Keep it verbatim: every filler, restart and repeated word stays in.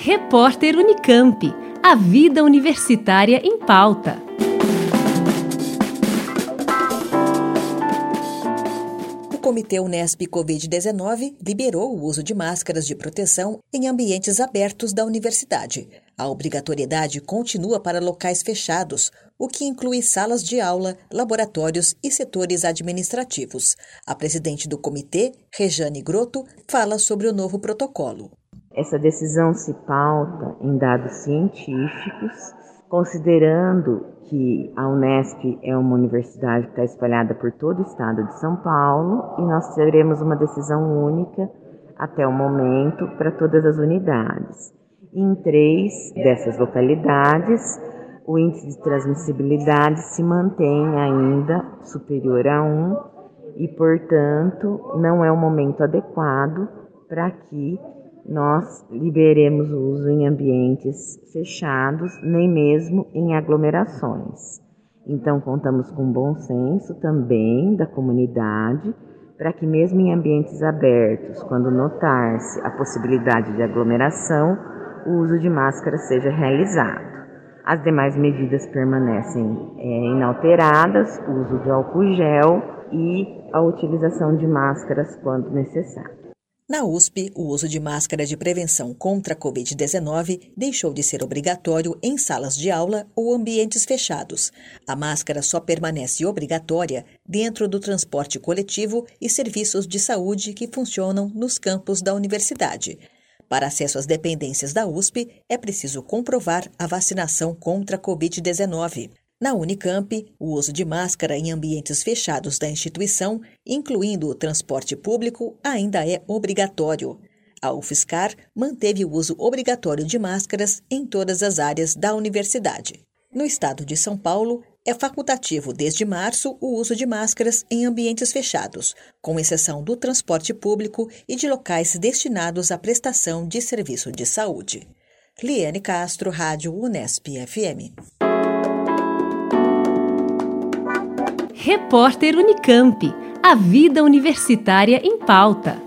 Repórter Unicamp. A vida universitária em pauta. O Comitê Unesp covid dezenove liberou o uso de máscaras de proteção em ambientes abertos da universidade. A obrigatoriedade continua para locais fechados, o que inclui salas de aula, laboratórios e setores administrativos. A presidente do comitê, Rejane Grotto, fala sobre o novo protocolo. Essa decisão se pauta em dados científicos, considerando que a Unesp é uma universidade que está espalhada por todo o estado de São Paulo e nós teremos uma decisão única até o momento para todas as unidades. Em três dessas localidades, o índice de transmissibilidade se mantém ainda superior a um e, portanto, não é o momento adequado para que nós liberemos o uso em ambientes fechados, nem mesmo em aglomerações. Então, contamos com bom senso também da comunidade, para que mesmo em ambientes abertos, quando notar-se a possibilidade de aglomeração, o uso de máscara seja realizado. As demais medidas permanecem é, inalteradas, o uso de álcool gel e a utilização de máscaras quando necessário. Na U S P, o uso de máscara de prevenção contra a covid dezenove deixou de ser obrigatório em salas de aula ou ambientes fechados. A máscara só permanece obrigatória dentro do transporte coletivo e serviços de saúde que funcionam nos campos da universidade. Para acesso às dependências da U S P, é preciso comprovar a vacinação contra a covid dezenove. Na Unicamp, o uso de máscara em ambientes fechados da instituição, incluindo o transporte público, ainda é obrigatório. A UFSCar manteve o uso obrigatório de máscaras em todas as áreas da universidade. No estado de São Paulo, é facultativo desde março o uso de máscaras em ambientes fechados, com exceção do transporte público e de locais destinados à prestação de serviço de saúde. Liane Castro, Rádio Unesp F M. Repórter Unicamp. A vida universitária em pauta.